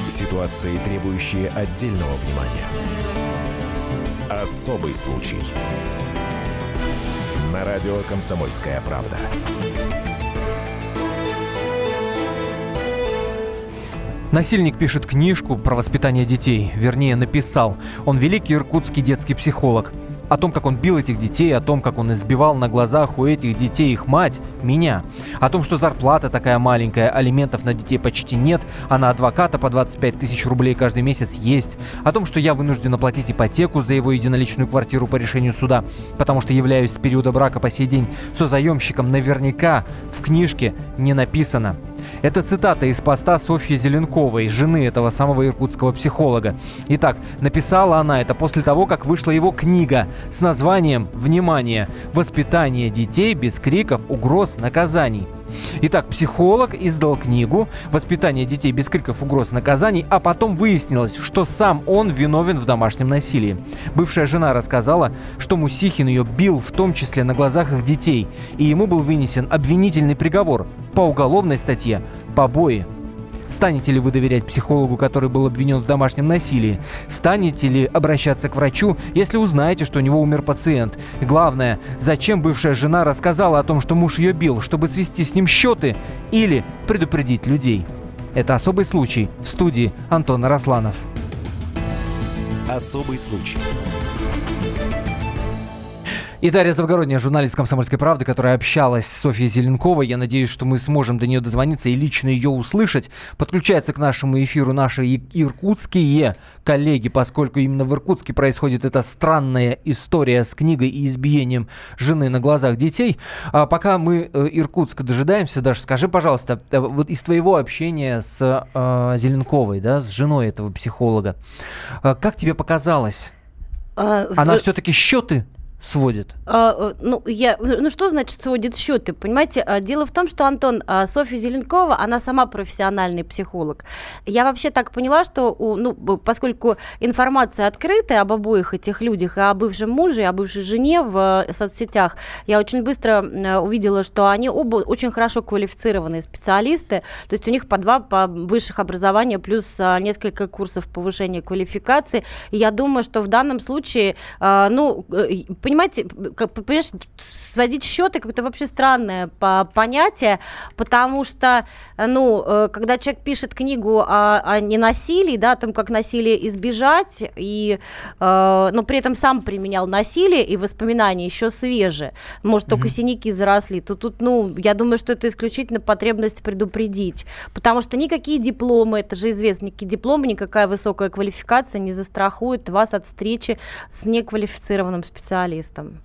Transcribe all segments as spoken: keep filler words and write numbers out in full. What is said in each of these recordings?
Ситуации, требующие отдельного внимания. Особый случай. На радио «Комсомольская правда». Насильник пишет книжку про воспитание детей. Вернее, написал. Он великий иркутский детский психолог. О том, как он бил этих детей, о том, как он избивал на глазах у этих детей их мать, меня. О том, что зарплата такая маленькая, алиментов на детей почти нет, а на адвоката по двадцать пять тысяч рублей каждый месяц есть. О том, что я вынужден оплатить ипотеку за его единоличную квартиру по решению суда, потому что являюсь с периода брака по сей день созаемщиком, наверняка в книжке не написано. Это цитата из поста Софьи Зеленковой, жены этого самого иркутского психолога. Итак, написала она это после того, как вышла его книга с названием, внимание, «Воспитание детей без криков, угроз, наказаний». Итак, психолог издал книгу «Воспитание детей без криков, угроз, наказаний», а потом выяснилось, что сам он виновен в домашнем насилии. Бывшая жена рассказала, что Мусихин ее бил, в том числе на глазах их детей, и ему был вынесен обвинительный приговор по уголовной статье «Побои». Станете ли вы доверять психологу, который был обвинен в домашнем насилии? Станете ли обращаться к врачу, если узнаете, что у него умер пациент? И главное, зачем бывшая жена рассказала о том, что муж ее бил, чтобы свести с ним счеты или предупредить людей? Это особый случай. В студии Антон Арасланов. Особый случай. И Дарья Завгородняя, журналист «Комсомольской правды», которая общалась с Софьей Зеленковой. Я надеюсь, что мы сможем до нее дозвониться и лично ее услышать. Подключаются к нашему эфиру наши иркутские коллеги, поскольку именно в Иркутске происходит эта странная история с книгой и избиением жены на глазах детей. А пока мы Иркутска дожидаемся, Даша, скажи, пожалуйста, вот из твоего общения с э, Зеленковой, да, с женой этого психолога, э, как тебе показалось? А, Она в... все-таки счеты сводит? А, ну, я, ну, что значит сводит счеты? Понимаете, дело в том, что, Антон, Софья Зеленкова, она сама профессиональный психолог. Я вообще так поняла, что, ну, поскольку информация открытая об обоих этих людях, и о бывшем муже, и о бывшей жене в соцсетях, я очень быстро увидела, что они оба очень хорошо квалифицированные специалисты, то есть у них по два по высших образования плюс несколько курсов повышения квалификации. И я думаю, что в данном случае, ну, понимаете, как, понимаешь, сводить счеты как-то вообще странное понятие, потому что, ну, когда человек пишет книгу о, о ненасилии, да, о том, как насилие избежать, и, э, но при этом сам применял насилие, и воспоминания еще свежие, может, только mm-hmm. синяки заросли, то тут, ну, я думаю, что это исключительно потребность предупредить, потому что никакие дипломы, это же известно, никакие дипломы, никакая высокая квалификация не застрахует вас от встречи с неквалифицированным специалистом.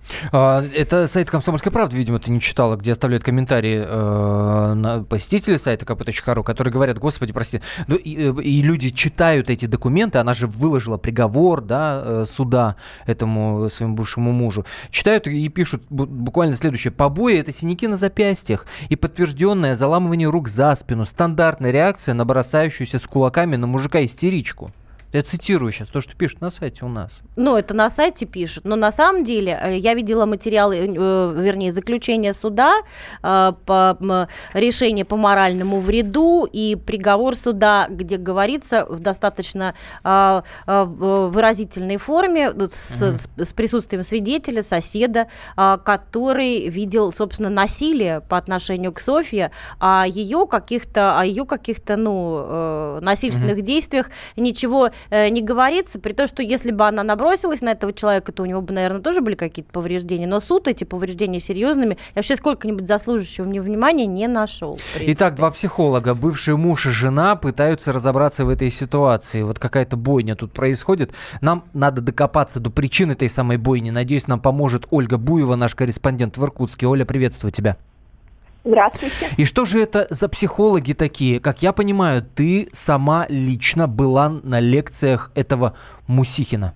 Это сайт «Комсомольской правды», видимо, ты не читала, где оставляют комментарии э, на посетители сайта ка пэ точка ру, которые говорят: господи, прости, ну, и, и люди читают эти документы, она же выложила приговор, да, суда этому своему бывшему мужу, читают и пишут буквально следующее: побои — это синяки на запястьях и подтвержденное заламывание рук за спину, стандартная реакция на бросающуюся с кулаками на мужика-истеричку. Я цитирую сейчас то, что пишут на сайте у нас. Ну, это на сайте пишут. Но на самом деле я видела материалы, э, вернее, заключение суда, э, по э, решение по моральному вреду и приговор суда, где говорится в достаточно э, э, выразительной форме с, mm-hmm. с, с присутствием свидетеля, соседа, э, который видел, собственно, насилие по отношению к Софье, а ее каких-то, о ее каких-то, ну, э, насильственных mm-hmm. действиях ничего не говорится, при том, что если бы она набросилась на этого человека, то у него бы, наверное, тоже были какие-то повреждения, но суд эти повреждения серьезными и вообще сколько-нибудь заслуживающего мне внимания не нашел. Итак, два психолога, бывший муж и жена, пытаются разобраться в этой ситуации. Вот какая-то бойня тут происходит. Нам надо докопаться до причин этой самой бойни. Надеюсь, нам поможет Ольга Буева, наш корреспондент в Иркутске. Оля, приветствую тебя. Здравствуйте. И что же это за психологи такие? Как я понимаю, ты сама лично была на лекциях этого Мусихина.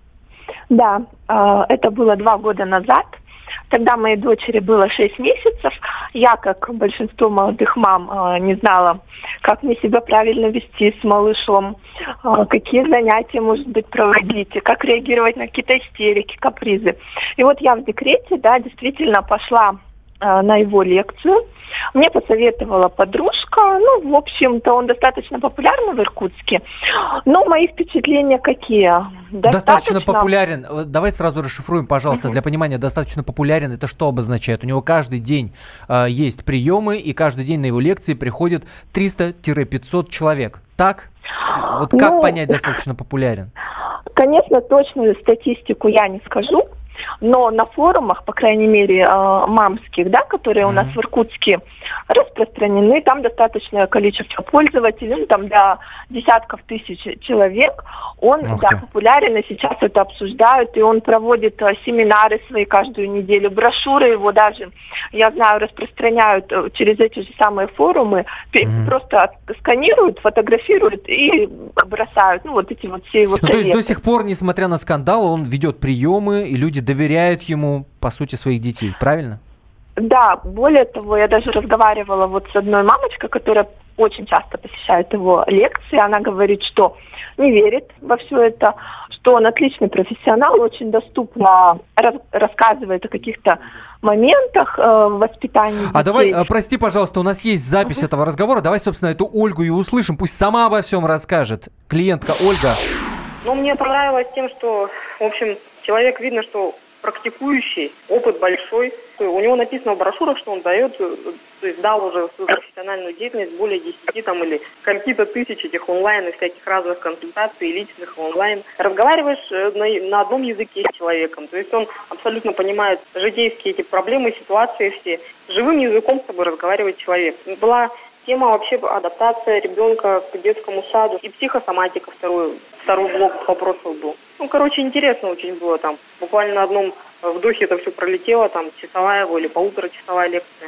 Да, это было два года назад. Тогда моей дочери было шесть месяцев. Я, как большинство молодых мам, не знала, как мне себя правильно вести с малышом, какие занятия, может быть, проводить, как реагировать на какие-то истерики, капризы. И вот я в декрете, да, действительно пошла на его лекцию. Мне посоветовала подружка. Ну, в общем-то, он достаточно популярный в Иркутске. Но мои впечатления какие? Достаточно, достаточно популярен. Давай сразу расшифруем, пожалуйста, uh-huh. для понимания. Достаточно популярен. Это что обозначает? У него каждый день э, есть приемы, и каждый день на его лекции приходит триста-пятьсот человек. Так? Вот как ну, понять достаточно популярен? Конечно, точную статистику я не скажу. Но на форумах, по крайней мере, мамских, да, которые mm-hmm. у нас в Иркутске распространены, там достаточное количество пользователей, ну, там до десятков тысяч человек. Он, да, популярен, и сейчас это обсуждают, и он проводит семинары свои каждую неделю, брошюры его даже, я знаю, распространяют через эти же самые форумы, mm-hmm. просто сканируют, фотографируют и бросают, ну, вот эти вот все его советы. Ну, то есть до сих пор, несмотря на скандал, он ведет приемы, и люди доверяют ему, по сути, своих детей, правильно? Да, более того, я даже разговаривала вот с одной мамочкой, которая очень часто посещает его лекции. Она говорит, что не верит во все это, что он отличный профессионал, очень доступно раз- рассказывает о каких-то моментах э, воспитания детей. А давай, прости, пожалуйста, у нас есть запись uh-huh. этого разговора. Давай, собственно, эту Ольгу и услышим. Пусть сама обо всем расскажет. Клиентка Ольга. Ну, мне понравилось тем, что, в общем, человек, видно, что практикующий, опыт большой. У него написано в брошюрах, что он дает, то есть дал уже свою профессиональную деятельность более десяти там или какие-то тысяч этих онлайн и всяких разных консультаций, личных онлайн. Разговариваешь на, на одном языке с человеком, то есть он абсолютно понимает житейские эти проблемы, ситуации все. Живым языком с тобой разговаривает человек. Была тема вообще адаптация ребенка к детскому саду и психосоматика, второй, второй блок вопросов был. Ну, короче, интересно очень было там. Буквально на одном вдохе это все пролетело, там, часовая его или полуторачасовая лекция.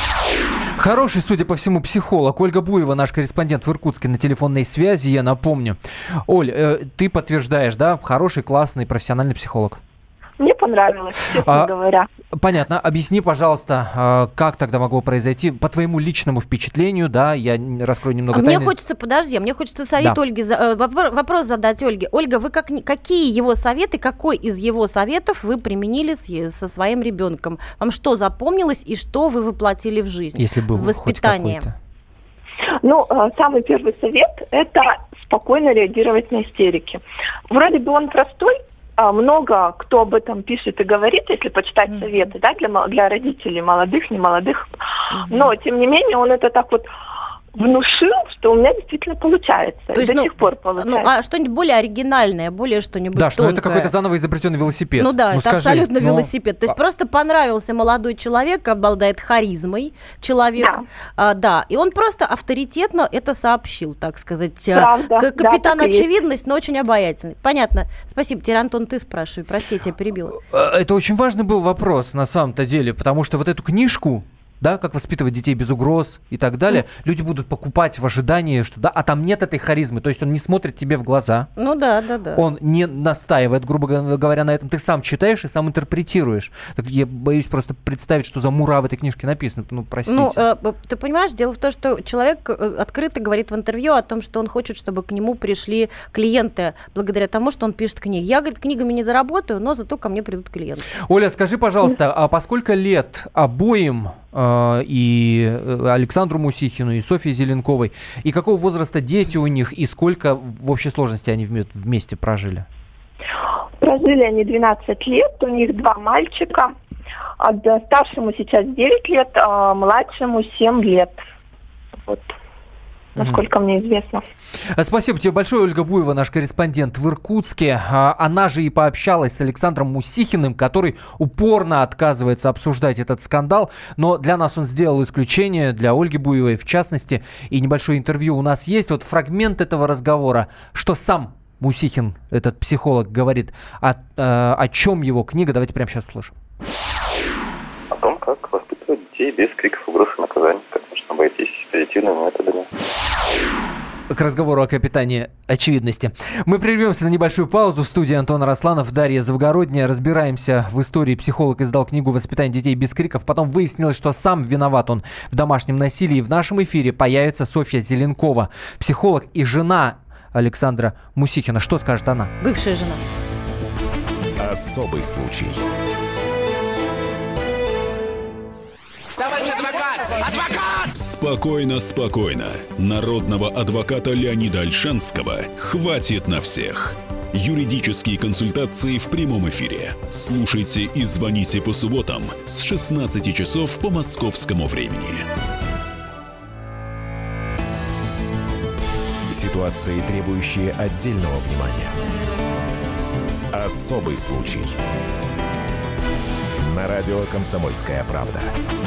Хороший, судя по всему, психолог. Ольга Буева, наш корреспондент в Иркутске, на телефонной связи, я напомню. Оль, э, ты подтверждаешь, да? Хороший, классный, профессиональный психолог. Мне понравилось, честно а, говоря. Понятно. Объясни, пожалуйста, как тогда могло произойти, по твоему личному впечатлению, да, я раскрою немного а тайны. Мне хочется, подожди, мне хочется совет да. Ольге, вопрос задать Ольге. Ольга, вы как, какие его советы, какой из его советов вы применили с, со своим ребенком? Вам что запомнилось и что вы воплотили в жизнь? Если был в воспитании? Хоть какой-то. Ну, самый первый совет – это спокойно реагировать на истерики. Вроде бы он простой, много кто об этом пишет и говорит, если почитать mm-hmm. советы, да, для, для родителей, молодых, немолодых. Mm-hmm. Но, тем не менее, он это так вот внушил, что у меня действительно получается. То есть, до ну, сих пор получается. Ну, а что-нибудь более оригинальное, более что-нибудь да, тонкое. что это какой-то заново изобретенный велосипед. Ну да, ну, это скажи, абсолютно но... велосипед. То есть просто понравился молодой человек, обладает харизмой человек. Да. А, да, и он просто авторитетно это сообщил, так сказать. Правда, К- капитан да, очевидность, но очень обаятельный. Понятно. Спасибо. Теперь, Антон, ты спрашивай. Прости, я тебя перебила. Это очень важный был вопрос на самом-то деле, потому что вот эту книжку, да, как воспитывать детей без угроз и так далее, mm. люди будут покупать в ожидании, что да, а там нет этой харизмы, то есть он не смотрит тебе в глаза. Ну да, да, да. Он не настаивает, грубо говоря, на этом. Ты сам читаешь и сам интерпретируешь. Так я боюсь просто представить, что за мура в этой книжке написано. Ну, простите. Ну, э, ты понимаешь, дело в том, что человек открыто говорит в интервью о том, что он хочет, чтобы к нему пришли клиенты благодаря тому, что он пишет книги. Я, говорит, книгами не заработаю, но зато ко мне придут клиенты. Оля, скажи, пожалуйста, а по сколько лет обоим, и Александру Мусихину, и Софье Зеленковой, и какого возраста дети у них, и сколько в общей сложности они вместе прожили? Прожили они двенадцать лет, у них два мальчика. Старшему сейчас девять лет, а младшему семь лет. Вот. Насколько мне известно. Спасибо тебе большое, Ольга Буева, наш корреспондент в Иркутске. Она же и пообщалась с Александром Мусихиным, который упорно отказывается обсуждать этот скандал. Но для нас он сделал исключение, для Ольги Буевой в частности. И небольшое интервью у нас есть. Вот фрагмент этого разговора, что сам Мусихин, этот психолог, говорит, о, о чем его книга. Давайте прямо сейчас услышим. О том, как воспитывать детей без криков, угроз и наказаний, как можно обойтись позитивными методами. К разговору о капитане очевидности. Мы прервемся на небольшую паузу. В студии Антон Арасланов, Дарья Завгородняя. Разбираемся в истории. Психолог издал книгу «Воспитание детей без криков». Потом выяснилось, что сам виноват он в домашнем насилии. В нашем эфире появится Софья Зеленкова, психолог и жена Александра Мусихина. Что скажет она? Бывшая жена. Особый случай. Адвокат! Спокойно, спокойно. Народного адвоката Леонида Ольшанского хватит на всех. Юридические консультации в прямом эфире. Слушайте и звоните по субботам с шестнадцати часов по московскому времени. Ситуации, требующие отдельного внимания. Особый случай. На радио «Комсомольская правда».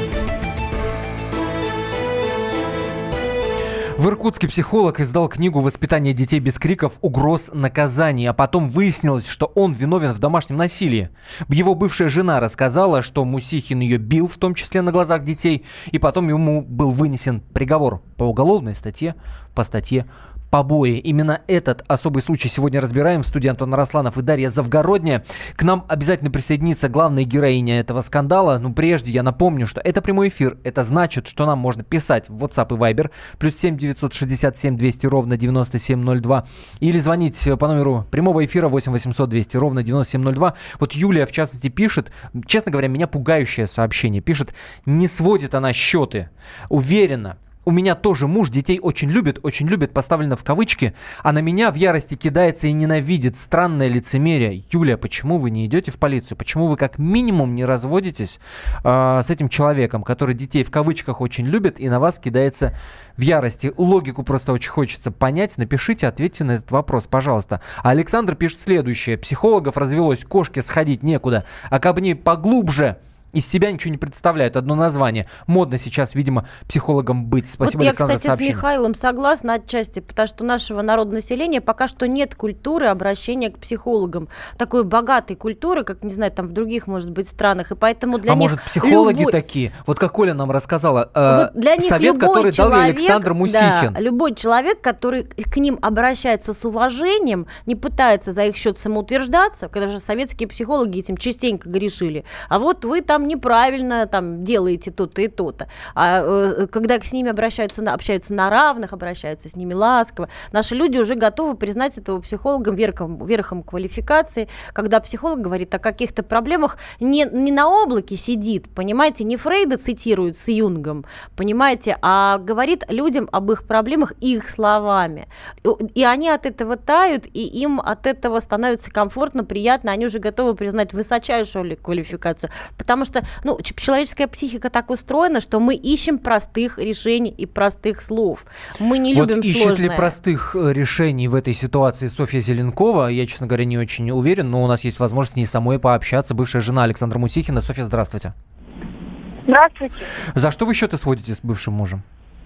В Иркутске психолог издал книгу «Воспитание детей без криков, угроз, наказаний», а потом выяснилось, что он виновен в домашнем насилии. Его бывшая жена рассказала, что Мусихин ее бил, в том числе на глазах детей, и потом ему был вынесен приговор по уголовной статье, по статье побои. Именно этот особый случай сегодня разбираем. В студии Антон Арасланов и Дарья Завгородняя. К нам обязательно присоединится главная героиня этого скандала. Но прежде я напомню, что это прямой эфир. Это значит, что нам можно писать в WhatsApp и Viber. Плюс семь девятьсот шестьдесят семь двести ровно девяносто семь ноль два. Или звонить по номеру прямого эфира восемь восемьсот двести ровно девяносто семь ноль два. Вот Юлия, в частности, пишет, честно говоря, меня пугающее сообщение. Пишет, не сводит она счеты. Уверена. У меня тоже муж детей очень любит, очень любит, поставлено в кавычки, а на меня в ярости кидается и ненавидит. Странное лицемерие. Юлия, почему вы не идете в полицию? Почему вы как минимум не разводитесь э, с этим человеком, который детей в кавычках очень любит и на вас кидается в ярости? Логику просто очень хочется понять. Напишите, ответьте на этот вопрос, пожалуйста. А Александр пишет следующее. Психологов развелось, кошке сходить некуда, а как бы не поглубже... Из себя ничего не представляют. Одно название. Модно сейчас, видимо, психологом быть. Спасибо, вот Александр, я, кстати, за сообщение. с Михаилом согласна отчасти, потому что у нашего народного населения пока что нет культуры обращения к психологам. Такой богатой культуры, как, не знаю, там в других, может быть, странах. И поэтому для а них может, психологи любой... такие? Вот как Оля нам рассказала, э, вот для них совет, который человек, дал Александр Мусихин. Да, любой человек, который к ним обращается с уважением, не пытается за их счет самоутверждаться, когда же советские психологи этим частенько грешили. А вот вы там неправильно там делаете то-то и то-то. А э, когда с ними обращаются, на, общаются на равных, обращаются с ними ласково, наши люди уже готовы признать этого психологом верхом, верхом квалификации, когда психолог говорит о каких-то проблемах, не, не на облаке сидит, понимаете, не Фрейда цитирует с Юнгом, понимаете, а говорит людям об их проблемах их словами. И они от этого тают, и им от этого становится комфортно, приятно, они уже готовы признать высочайшую квалификацию, потому что, ну, человеческая психика так устроена, что мы ищем простых решений и простых слов. Мы не вот любим ищет сложное. ли простых решений в этой ситуации Софья Зеленкова? Я, честно говоря, не очень уверен, но у нас есть возможность с ней самой пообщаться. Бывшая жена Александра Мусихина. Софья, здравствуйте. Здравствуйте. За что вы счеты сводите с бывшим мужем?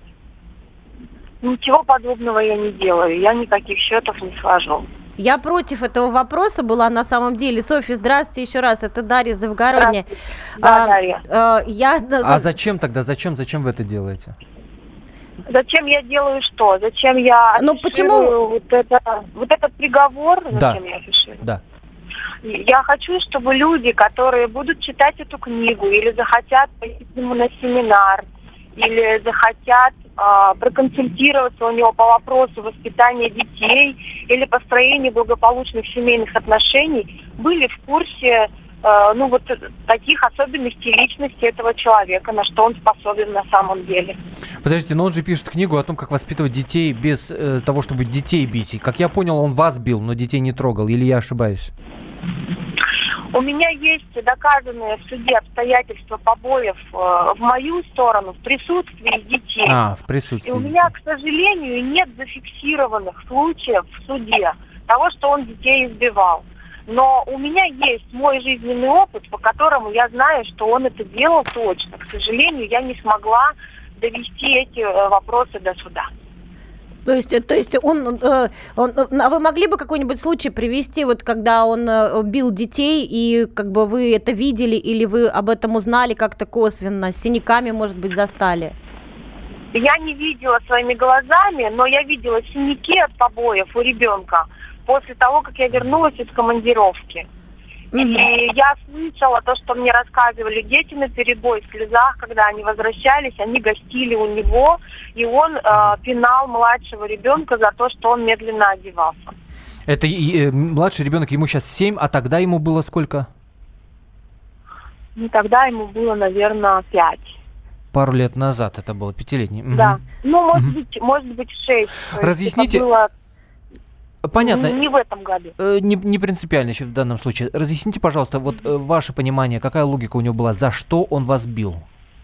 Ничего подобного я не делаю. Я никаких счетов не свожу. Я против этого вопроса была на самом деле. Софья, здравствуйте еще раз. Это Дарья Завгородняя. Да, а, Дарья. А, я... а зачем тогда? Зачем? Зачем вы это делаете? Зачем я делаю что? Зачем я ну, почему... вот, это, вот этот приговор? Да. Зачем я афиширую? Да. Я хочу, чтобы люди, которые будут читать эту книгу или захотят пойти к нему на семинар, или захотят э, проконсультироваться у него по вопросу воспитания детей или построения благополучных семейных отношений, были в курсе э, ну, вот таких особенностей личности этого человека, на что он способен на самом деле. Подождите, но он же пишет книгу о том, как воспитывать детей без э, того, чтобы детей бить. Как я понял, он вас бил, но детей не трогал. Или я ошибаюсь? У меня есть доказанные в суде обстоятельства побоев э, в мою сторону, в присутствии детей. А, в присутствии. И у меня, к сожалению, нет зафиксированных случаев в суде того, что он детей избивал. Но у меня есть мой жизненный опыт, по которому я знаю, что он это делал точно. К сожалению, я не смогла довести эти э, вопросы до суда. То есть, то есть он, он, а вы могли бы какой-нибудь случай привести, вот когда он бил детей, и как бы вы это видели, или вы об этом узнали как-то косвенно, с синяками, может быть, застали? Я не видела своими глазами, но я видела синяки от побоев у ребенка после того, как я вернулась из командировки. И я слышала то, что мне рассказывали дети наперебой в слезах, когда они возвращались, они гостили у него, и он э, пинал младшего ребенка за то, что он медленно одевался. Это э, младший ребенок, ему сейчас семь, а тогда ему было сколько? Ну, тогда ему было, наверное, пять. Пару лет назад это было, пятилетний. Да. Угу. Ну, может Угу. быть, может быть, шесть. Разъясните. Это было Понятно. не в этом году. Э, Не, не принципиально еще в данном случае. Разъясните, пожалуйста, вот э, ваше понимание, какая логика у него была, за что он вас бил?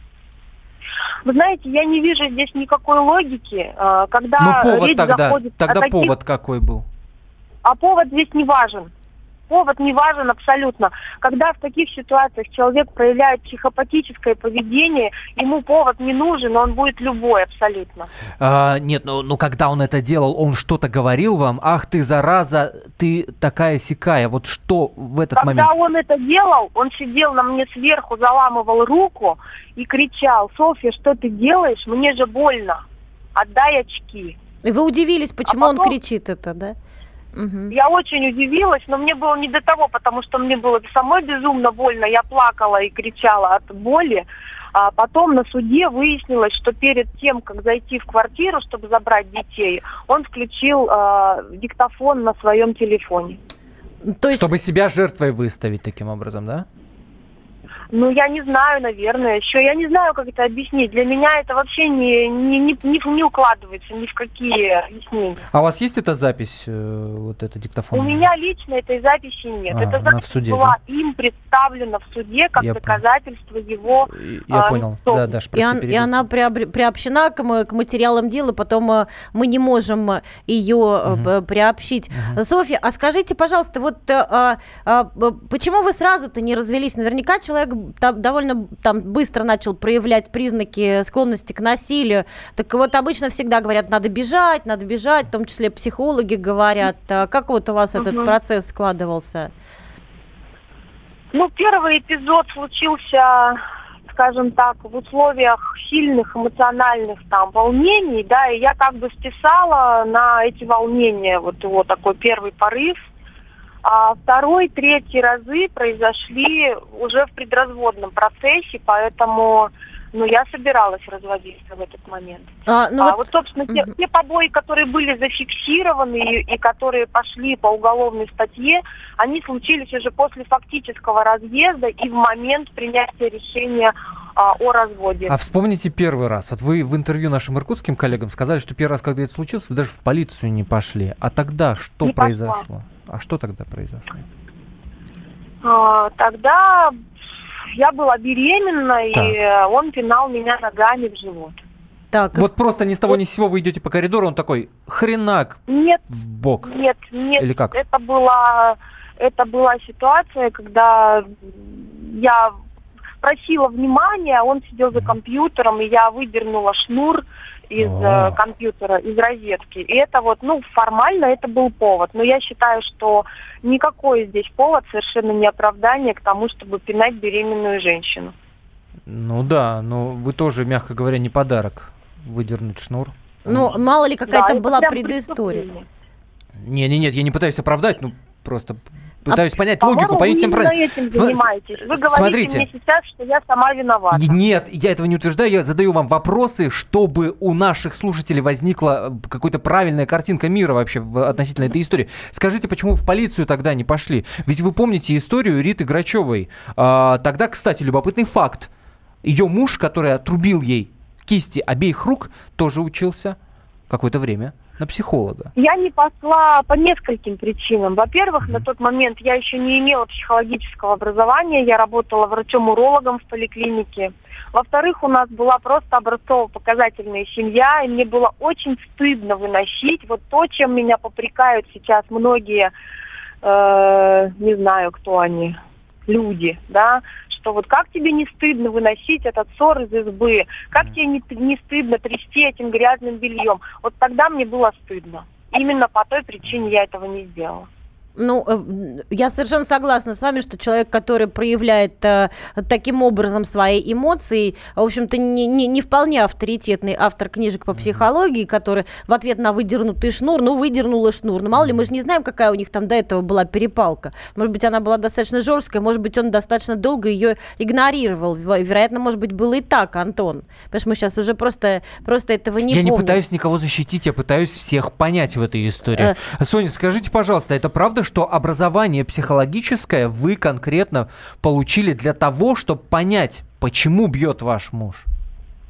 Вы знаете, я не вижу здесь никакой логики, э, когда Ну, повод речь тогда, заходит о тогда таких... повод какой был? А повод здесь не важен. Повод не важен абсолютно. Когда в таких ситуациях человек проявляет психопатическое поведение, ему повод не нужен, он будет любой абсолютно. А, нет, ну, ну когда он это делал, он что-то говорил вам? Ах ты, зараза, ты такая-сякая. Вот что в этот Когда момент? он это делал, он сидел на мне сверху, заламывал руку и кричал: «Софья, что ты делаешь? Мне же больно. Отдай очки». И вы удивились, почему А потом... он кричит это, да? Угу. Я очень удивилась, но мне было не до того, потому что мне было самой безумно больно. Я плакала и кричала от боли. А потом на суде выяснилось, что перед тем, как зайти в квартиру, чтобы забрать детей, он включил э, диктофон на своем телефоне. То есть... Чтобы себя жертвой выставить таким образом, да? Ну, я не знаю, наверное, еще. Я не знаю, как это объяснить. Для меня это вообще не, не, не, не, не укладывается ни в какие объяснения. А у вас есть эта запись, э, вот эта диктофон? У меня лично этой записи нет. А, эта запись в суде, была да? им представлена в суде как Я доказательство понял. его... Я а, понял, стоп. да, Даша, И, он, и она приобр... приобщена к, к материалам дела, потом э, мы не можем ее угу. приобщить. Угу. Софья, а скажите, пожалуйста, вот э, э, почему вы сразу-то не развелись? Наверняка человек там, довольно там, быстро начал проявлять признаки склонности к насилию. Так вот, обычно всегда говорят, надо бежать, надо бежать, в том числе психологи говорят. Как вот у вас угу. этот процесс складывался? Ну, первый эпизод случился, скажем так, в условиях сильных эмоциональных там волнений, да, и я как бы списала на эти волнения вот его такой первый порыв. А второй, третий разы произошли уже в предразводном процессе, поэтому, ну, я собиралась разводиться в этот момент. А, ну а вот, вот, собственно, те, угу. те побои, которые были зафиксированы и, и которые пошли по уголовной статье, они случились уже после фактического разъезда и в момент принятия решения а, о разводе. А вспомните первый раз. Вот вы в интервью нашим иркутским коллегам сказали, что первый раз, когда это случилось, вы даже в полицию не пошли. А тогда что не произошло? Пошла. А что тогда произошло? А, тогда я была беременна, так. и он пинал меня ногами в живот. Так. Вот просто ни с того ни с сего вы идете по коридору, он такой хренак нет, в бок. Нет, нет. Или как? Это была, это была ситуация, когда я просила внимания, он сидел за компьютером, и я выдернула шнур из э, компьютера, из розетки. И это вот, ну, формально это был повод. Но я считаю, что никакой здесь повод совершенно не оправдание к тому, чтобы пинать беременную женщину. Ну да, но вы тоже, мягко говоря, не подарок выдернуть шнур. Ну, мало ли какая-то да, была предыстория. Не-не-нет, я не пытаюсь оправдать, ну, просто... Пытаюсь а, понять логику, поймите всем правильно. Этим занимаетесь. Вы говорите Смотрите. мне сейчас, что я сама виновата. Нет, я этого не утверждаю. Я задаю вам вопросы, чтобы у наших слушателей возникла какая-то правильная картинка мира вообще относительно этой истории. Скажите, почему в полицию тогда не пошли? Ведь вы помните историю Риты Грачевой. А, тогда, кстати, любопытный факт. Ее муж, который отрубил ей кисти обеих рук, тоже учился какое-то время на психолога. Я не пошла по нескольким причинам. Во-первых, mm-hmm. на тот момент я еще не имела психологического образования, я работала врачом-урологом в поликлинике. Во-вторых, у нас была просто образцово-показательная семья, и мне было очень стыдно выносить вот то, чем меня попрекают сейчас многие, э, не знаю, кто они, люди, да, что вот как тебе не стыдно выносить этот ссор из избы, как тебе не, не стыдно трясти этим грязным бельем. Вот тогда мне было стыдно. Именно по той причине я этого не сделала. Ну, я совершенно согласна с вами, что человек, который проявляет э, таким образом свои эмоции, в общем-то, не, не, не вполне авторитетный автор книжек по психологии, который в ответ на выдернутый шнур, ну, выдернула шнур. Ну, мало ли, мы же не знаем, какая у них там до этого была перепалка. Может быть, она была достаточно жесткая, может быть, он достаточно долго ее игнорировал. Вероятно, может быть, было и так, Антон. Потому что мы сейчас уже просто, просто этого не я помним. Я не пытаюсь никого защитить, я пытаюсь всех понять в этой истории. Э... Соня, скажите, пожалуйста, это правда, что образование психологическое вы конкретно получили для того, чтобы понять, почему бьет ваш муж?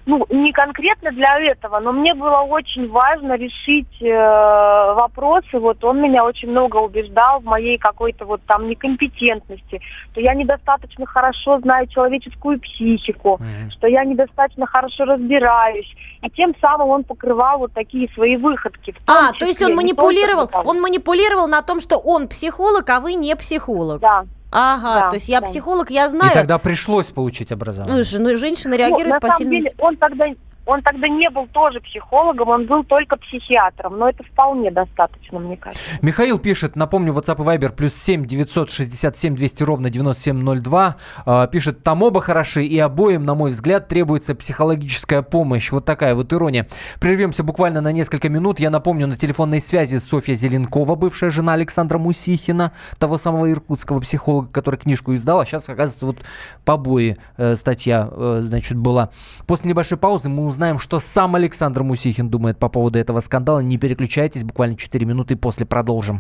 ну, не конкретно для этого, но мне было очень важно решить э, вопросы. Вот он меня очень много убеждал в моей какой-то вот там некомпетентности, что я недостаточно хорошо знаю человеческую психику, mm-hmm. что я недостаточно хорошо разбираюсь. И тем самым он покрывал вот такие свои выходки. А, числе, то есть он манипулировал, только, он манипулировал на том, что он психолог, а вы не психолог. Да. Ага, да, то есть я да. психолог, я знаю. И тогда пришлось получить образование. Ну, ну женщина реагирует ну, по на самом сильному... деле, он тогда, он тогда не был тоже психологом, он был только психиатром, но это вполне достаточно, мне кажется. Михаил пишет, напомню, WhatsApp и Viber, плюс семь девятьсот шестьдесят семь двести ровно девяносто семь ноль два. Э, пишет, там оба хороши, и обоим, на мой взгляд, требуется психологическая помощь. Вот такая вот ирония. Прервемся буквально на несколько минут. Я напомню, на телефонной связи Софья Зеленкова, бывшая жена Александра Мусихина, того самого иркутского психолога, который книжку издал. А сейчас, оказывается, вот побои э, статья, э, значит, была. После небольшой паузы мы узнаем, что сам Александр Мусихин думает по поводу этого скандала. Не переключайтесь, буквально четыре минуты, и после продолжим.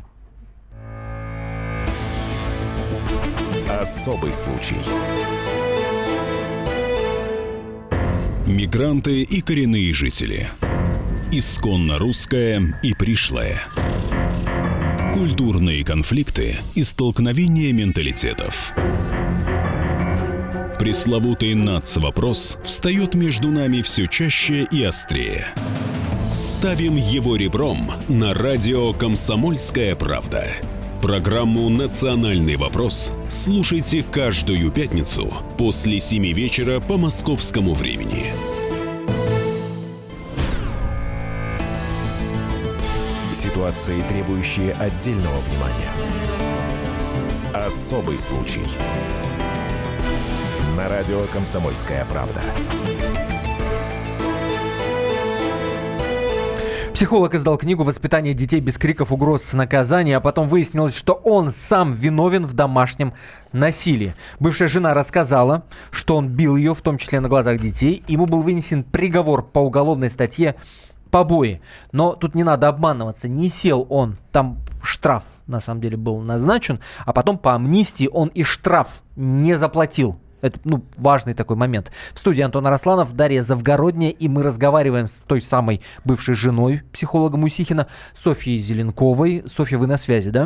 Особый случай. Мигранты и коренные жители. Исконно русское и пришлое. Культурные конфликты и столкновения менталитетов. Пресловутый нацвопрос встает между нами все чаще и острее. Ставим его ребром на радио «Комсомольская правда». Программу «Национальный вопрос» слушайте каждую пятницу после семи вечера по московскому времени. Ситуации, требующие отдельного внимания. Особый случай. На радио «Комсомольская правда». Психолог издал книгу «Воспитание детей без криков, угроз, наказания», а потом выяснилось, что он сам виновен в домашнем насилии. Бывшая жена рассказала, что он бил ее, в том числе на глазах детей. Ему был вынесен приговор по уголовной статье «Побои». Но тут не надо обманываться, не сел он, там штраф на самом деле был назначен, а потом по амнистии он и штраф не заплатил. Это, ну, важный такой момент. В студии Антон Арасланов, Дарья Завгородняя, и мы разговариваем с той самой бывшей женой психолога Мусихина, Софьей Зеленковой. Софья, вы на связи, да?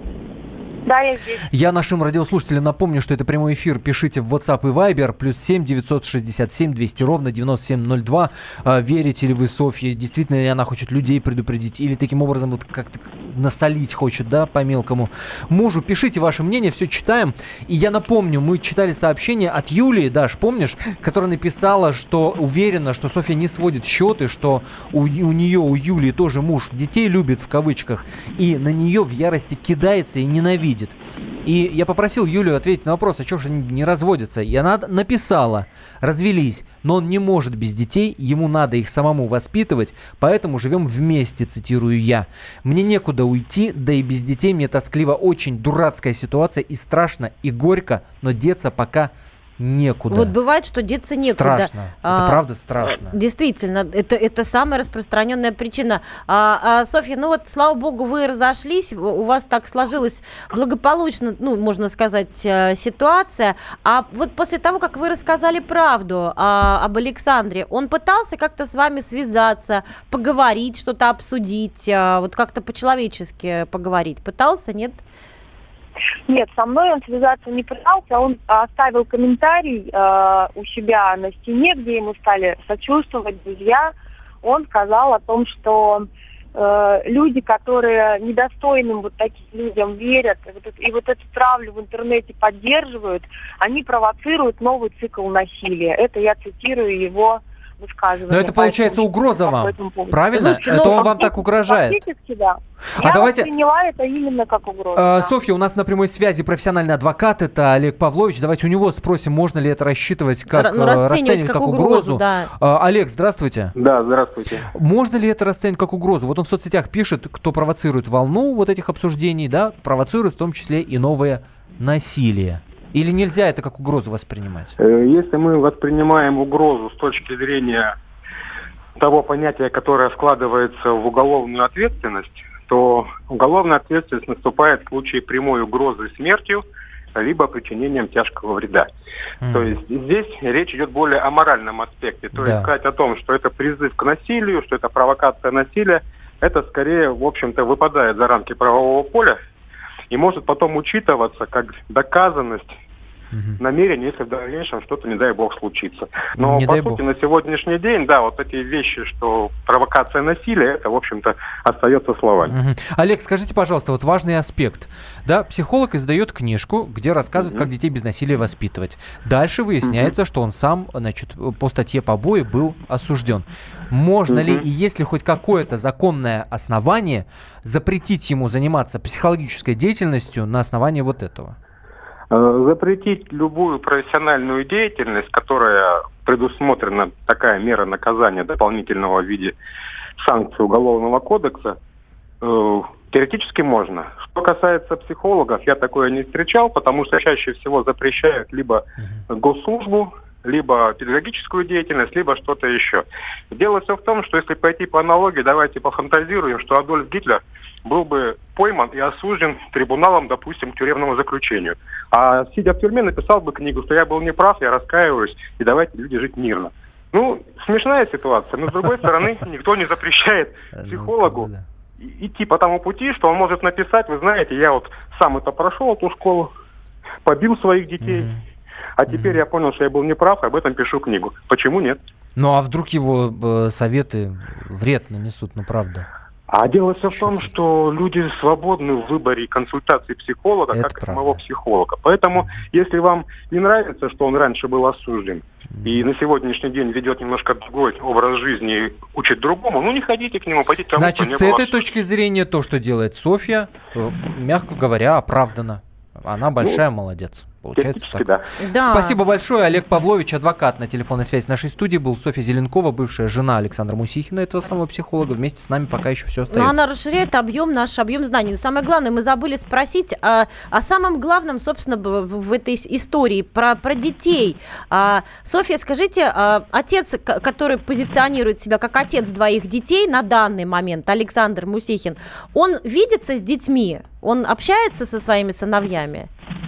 Да, я здесь. Я нашим радиослушателям напомню, что это прямой эфир. Пишите в WhatsApp и Viber, плюс семь девятьсот шестьдесят семь двести ровно девяносто семь ноль два. А, верите ли вы Софье? Действительно ли она хочет людей предупредить? Или таким образом вот как-то насолить хочет, да, по-мелкому мужу? Пишите ваше мнение, все читаем. И я напомню, мы читали сообщение от Юлии, Даш, помнишь? Которая написала, что уверена, что Софья не сводит счеты, что у, у нее, у Юлии тоже муж детей любит, в кавычках, и на нее в ярости кидается и ненавидит. И я попросил Юлию ответить на вопрос, а что же они не разводятся? И она написала, развелись, но он не может без детей, ему надо их самому воспитывать, поэтому живем вместе, цитирую я. Мне некуда уйти, да и без детей мне тоскливо, очень дурацкая ситуация, и страшно, и горько, но деться пока некуда. Вот бывает, что деться некуда. Страшно. Это а, правда страшно. Действительно, это, это самая распространенная причина. А, а, Софья, ну вот, слава богу, вы разошлись, у вас так сложилась благополучно, ну, можно сказать, ситуация. А вот после того, как вы рассказали правду а, об Александре, он пытался как-то с вами связаться, поговорить, что-то обсудить, а, вот как-то по-человечески поговорить? Пытался, нет? Нет, со мной он связаться не пытался, он оставил комментарий э, у себя на стене, где ему стали сочувствовать друзья. Он сказал о том, что э, люди, которые недостойным вот таким людям верят, и вот, и вот эту травлю в интернете поддерживают, они провоцируют новый цикл насилия. Это я цитирую его высказывание. Но это получается Поэтому угроза вам, правильно? Слушайте, это ну, он вам так угрожает? Фактически, да. А Я давайте... восприняла это именно как угрозу. А, да. Софья, у нас на прямой связи профессиональный адвокат, это Олег Павлович. Давайте у него спросим, можно ли это рассчитывать как, ну, расценивать, расценивать как, как угрозу. угрозу. Да. А, Олег, здравствуйте. Да, здравствуйте. Можно ли это расценивать как угрозу? Вот он в соцсетях пишет, кто провоцирует волну вот этих обсуждений, да, провоцирует в том числе и новое насилие. Или нельзя это как угрозу воспринимать? Если мы воспринимаем угрозу с точки зрения того понятия, которое складывается в уголовную ответственность, то уголовная ответственность наступает в случае прямой угрозы смертью либо причинением тяжкого вреда. Mm. То есть здесь речь идет более о моральном аспекте. То да. есть сказать о том, что это призыв к насилию, что это провокация насилия, это скорее, в общем-то, выпадает за рамки правового поля и может потом учитываться как доказанность угу. намерение, если в дальнейшем что-то, не дай бог, случится. Но, не по сути, бог. на сегодняшний день, да, вот эти вещи, что провокация насилия, это, в общем-то, остается словами. Угу. Олег, скажите, пожалуйста, вот важный аспект. Да, психолог издает книжку, где рассказывает, угу. как детей без насилия воспитывать. Дальше выясняется, угу. что он сам, значит, по статье побои был осужден. Можно угу. ли, и есть ли хоть какое-то законное основание запретить ему заниматься психологической деятельностью на основании вот этого? Запретить любую профессиональную деятельность, которая предусмотрена такая мера наказания дополнительного в виде санкций Уголовного кодекса, э, теоретически можно. Что касается психологов, я такое не встречал, потому что чаще всего запрещают либо госслужбу, либо педагогическую деятельность, либо что-то еще. Дело все в том, что если пойти по аналогии, давайте пофантазируем, что Адольф Гитлер был бы пойман и осужден трибуналом, допустим, к тюремному заключению. А сидя в тюрьме, написал бы книгу, что я был неправ, я раскаиваюсь, и давайте люди жить мирно. Ну, смешная ситуация, но с другой стороны, никто не запрещает психологу идти по тому пути, что он может написать, вы знаете, я вот сам это прошел, эту школу, побил своих детей, а теперь mm-hmm. я понял, что я был неправ, и об этом пишу книгу. Почему нет? Ну, а вдруг его э, советы вред нанесут, ну, правда? А дело все в том, что люди свободны в выборе консультации психолога, это как правда. И самого психолога. Поэтому, если вам не нравится, что он раньше был осужден, mm-hmm. и на сегодняшний день ведет немножко другой образ жизни и учит другому, ну, не ходите к нему, пойдите к тому, Значит, кто не с был этой осужден. точки зрения то, что делает Софья, мягко говоря, оправдано. Она большая ну, молодец. Получается так. Да. Да. Спасибо большое. Олег Павлович, адвокат, на телефонной связи с нашей студией был. Софья Зеленкова, бывшая жена Александра Мусихина, этого самого психолога. Вместе с нами пока еще все остается. Но она расширяет объем, наш объем знаний. Но самое главное, мы забыли спросить о, о самом главном, собственно, в, в этой истории, про, про детей. А, Софья, скажите, а, отец, который позиционирует себя как отец двоих детей на данный момент, Александр Мусихин, он видится с детьми? Он общается со своими сыновьями?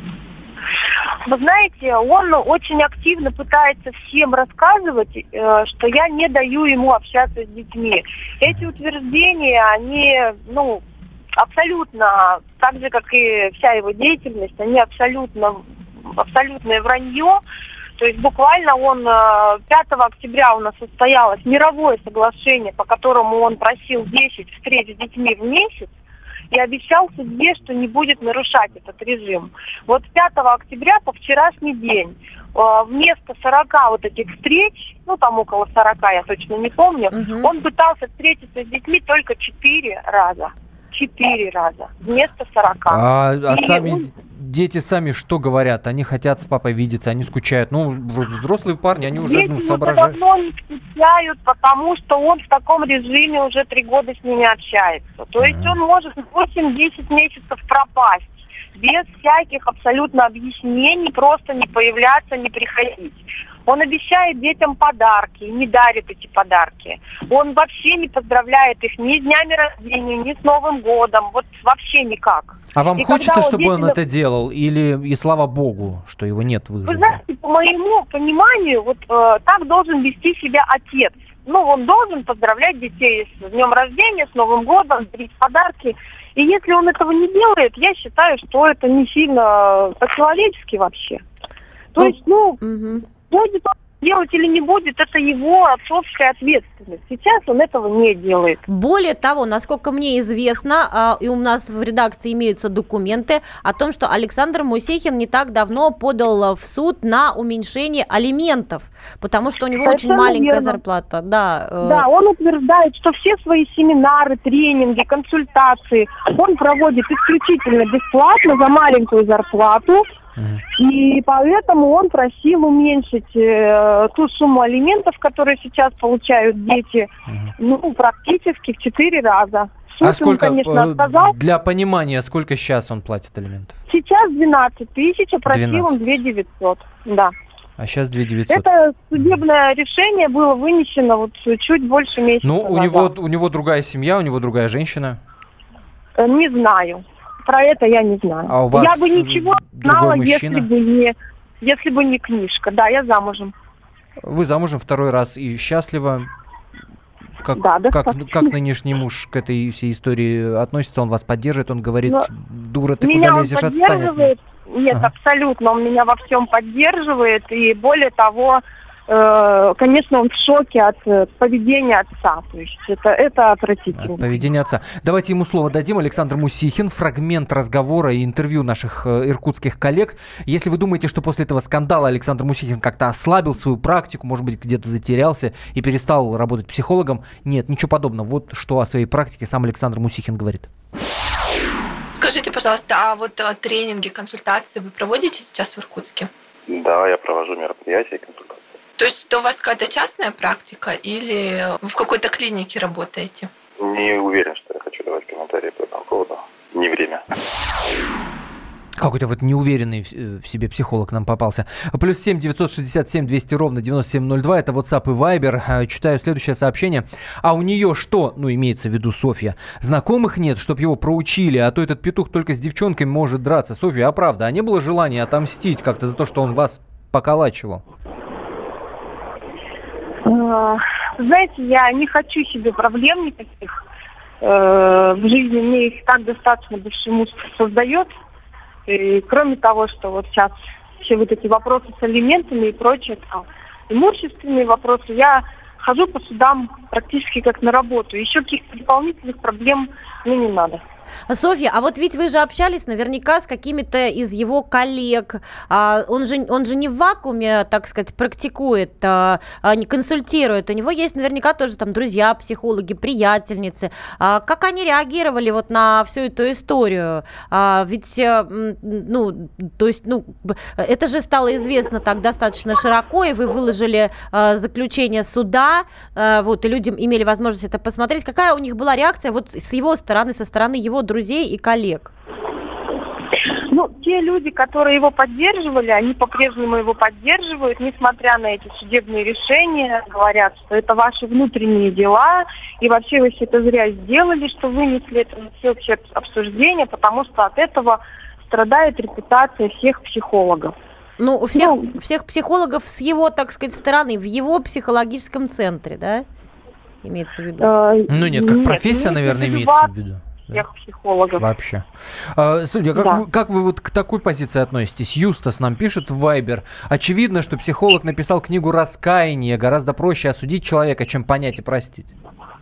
Вы знаете, он очень активно пытается всем рассказывать, что я не даю ему общаться с детьми. Эти утверждения, они, ну, абсолютно, так же, как и вся его деятельность, они абсолютно, абсолютное вранье. То есть буквально он пятого октября у нас состоялось мировое соглашение, по которому он просил десять встреч с детьми в месяц, и обещал судье, что не будет нарушать этот режим. Вот пятого октября по вчерашний день вместо сорока вот этих встреч, ну там около сорока, я точно не помню, угу. он пытался встретиться с детьми только четыре раза. Четыре раза вместо сорока. А, а сами он... дети сами что говорят? Они хотят с папой видеться, они скучают. Ну, взрослые парни, они уже ну, соображают. Дети давно не скучают, потому что он в таком режиме уже три года с ними общается. То mm-hmm. есть он может восемь-десять месяцев пропасть без всяких абсолютно объяснений, просто не появляться, не приходить. Он обещает детям подарки, не дарит эти подарки. Он вообще не поздравляет их ни с днями рождения, ни с Новым годом. Вот вообще никак. А вам и хочется, он чтобы детям... он это делал? Или, и слава богу, что его нет в их жизни? Вы знаете, по моему пониманию, вот э, так должен вести себя отец. Ну, он должен поздравлять детей с днем рождения, с Новым годом, дарить подарки. И если он этого не делает, я считаю, что это не сильно по-человечески вообще. То ну, есть, ну... Угу. Будет он делать или не будет, это его отцовская ответственность. Сейчас он этого не делает. Более того, насколько мне известно, и у нас в редакции имеются документы о том, что Александр Мусихин не так давно подал в суд на уменьшение алиментов, потому что у него Совершенно очень маленькая верно. зарплата. Да, да, он утверждает, что все свои семинары, тренинги, консультации он проводит исключительно бесплатно за маленькую зарплату. Uh-huh. И поэтому он просил уменьшить э, ту сумму алиментов, которые сейчас получают дети, uh-huh. ну, практически в четыре раза. Суд а сколько, ему, конечно, отказал. Для понимания, сколько сейчас он платит алиментов? Сейчас двенадцать тысяч, а просил двенадцать. Он две тысячи девятьсот. Да. А сейчас две тысячи девятьсот. Это судебное решение было вынесено вот чуть больше месяца Ну, у назад. него, у него другая семья, у него другая женщина? Не знаю. про это я не знаю. А у вас я бы ничего не знала, мужчина? если бы не, если бы не книжка. Да, я замужем. Вы замужем второй раз и счастлива. Как, да, как, как нынешний муж к этой всей истории относится? Он вас поддерживает? Он говорит, но дура, ты куда лезешь, отстань? Нет, ага. абсолютно. Он меня во всем поддерживает. И более того, э, конечно, он в шоке от э, поведения отца. То есть это, это отвратительно. От поведения отца. Давайте ему слово дадим. Александр Мусихин. Фрагмент разговора и интервью наших э, иркутских коллег. Если вы думаете, что после этого скандала Александр Мусихин как-то ослабил свою практику, может быть, где-то затерялся и перестал работать психологом, нет, ничего подобного. Вот что о своей практике сам Александр Мусихин говорит. Скажите, пожалуйста, а вот а, тренинги, консультации вы проводите сейчас в Иркутске? Да, я провожу мероприятия и консультации. То есть это у вас какая-то частная практика или вы в какой-то клинике работаете? Не уверен, что я хочу давать комментарии по этому поводу. Не время. Какой-то вот неуверенный в себе психолог нам попался. Плюс семь девятьсот шестьдесят семь двести ровно девяносто семь ноль два. Это WhatsApp и Viber. Читаю следующее сообщение. А у нее что? Ну, имеется в виду Софья. Знакомых нет, чтоб его проучили. А то этот петух только с девчонками может драться. Софья, а правда, а не было желания отомстить как-то за то, что он вас поколачивал? Знаете, я не хочу себе проблем никаких. В жизни мне их так достаточно бывший муж создает. И кроме того, что вот сейчас все вот эти вопросы с алиментами и прочее, там, имущественные вопросы, я хожу по судам практически как на работу. Еще каких-то дополнительных проблем мне не надо. Софья, а вот ведь вы же общались наверняка с какими-то из его коллег. А, он же, он же не в вакууме, так сказать, практикует, а, а, не консультирует. У него есть наверняка тоже там друзья, психологи, приятельницы. А, как они реагировали вот на всю эту историю? А, ведь, ну, то есть, ну, это же стало известно так достаточно широко, и вы выложили а, заключение суда, а, вот, и люди имели возможность это посмотреть. Какая у них была реакция вот с его стороны, со стороны его друзей и коллег? Ну, те люди, которые его поддерживали, они по-прежнему его поддерживают, несмотря на эти судебные решения, говорят, что это ваши внутренние дела, и вообще вы все это зря сделали, что вынесли это на всеобщее обсуждение, потому что от этого страдает репутация всех психологов. Ну, у всех, ну, всех психологов с его, так сказать, стороны, в его психологическом центре, да? Имеется в виду? Э, ну, нет, как нет, профессия, нет, наверное, нет, имеется в виду. Всех психологов. Вообще. А, судя, как, да. вы, как вы вот к такой позиции относитесь? Юстас нам пишет в Viber. Очевидно, что психолог написал книгу «Раскаяние». Гораздо проще осудить человека, чем понять и простить.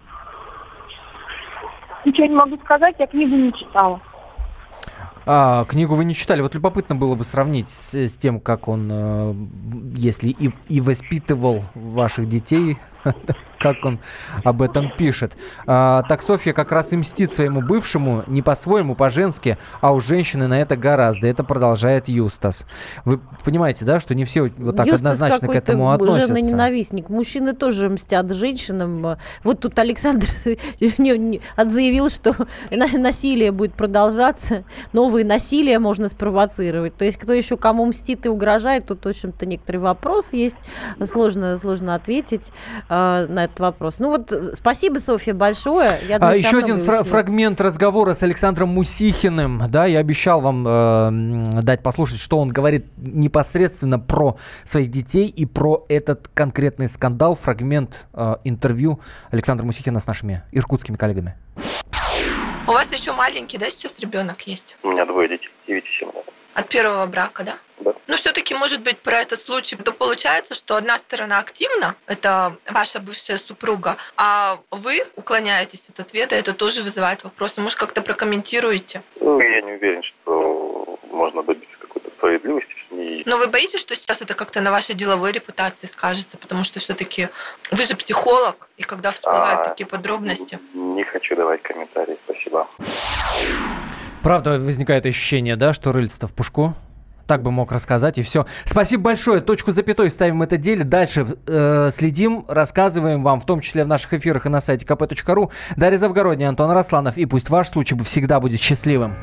Ничего не могу сказать, я книгу не читала. А, книгу вы не читали. Вот любопытно было бы сравнить с, с тем, как он, э, если и, и воспитывал ваших детей, как он об этом пишет. А, так Софья как раз и мстит своему бывшему не по-своему, по-женски, а у женщины на это гораздо. Это продолжает Юстас. Вы понимаете, да, что не все вот так Юстас однозначно к этому относятся? Женный ненавистник. Мужчины тоже мстят женщинам. Вот тут Александр заявил, что насилие будет продолжаться, новые насилия можно спровоцировать. То есть кто еще кому мстит и угрожает, тут, в общем-то, некоторый вопрос есть. Сложно, сложно ответить э, на этот вопрос. Ну вот, спасибо, Софья, большое. Я а, еще один фра- фрагмент разговора с Александром Мусихиным. Да, я обещал вам э, дать послушать, что он говорит непосредственно про своих детей и про этот конкретный скандал. Фрагмент э, интервью Александра Мусихина с нашими иркутскими коллегами. У вас еще маленький, да, сейчас ребенок есть? У меня двое детей, девять и семь лет. От первого брака, да? Да. Ну, все-таки, может быть, про этот случай, то получается, что одна сторона активна, это ваша бывшая супруга, а вы уклоняетесь от ответа, это тоже вызывает вопросы. Может, как-то прокомментируете? Ну, я не уверен, что можно добиться какой-то справедливости. И... Но вы боитесь, что сейчас это как-то на вашей деловой репутации скажется? Потому что все-таки вы же психолог, и когда всплывают а, такие подробности... Не хочу давать комментарии, спасибо. Правда, возникает ощущение, да, что рыльце-то в пушку? Так бы мог рассказать, и все. Спасибо большое. Точку запятой ставим в это деле. Дальше э, следим, рассказываем вам, в том числе в наших эфирах и на сайте ка пэ точка ру. Дарья Завгородняя, Антон Арасланов. И пусть ваш случай всегда будет счастливым.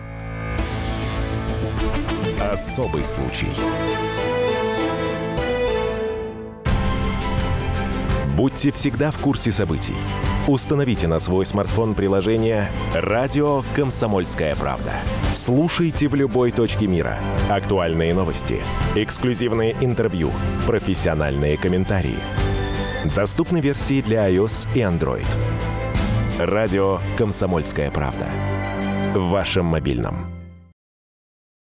Особый случай. Будьте всегда в курсе событий. Установите на свой смартфон приложение «Радио Комсомольская правда». Слушайте в любой точке мира. Актуальные новости, эксклюзивные интервью, профессиональные комментарии. Доступны версии для iOS и Android. «Радио Комсомольская правда». В вашем мобильном.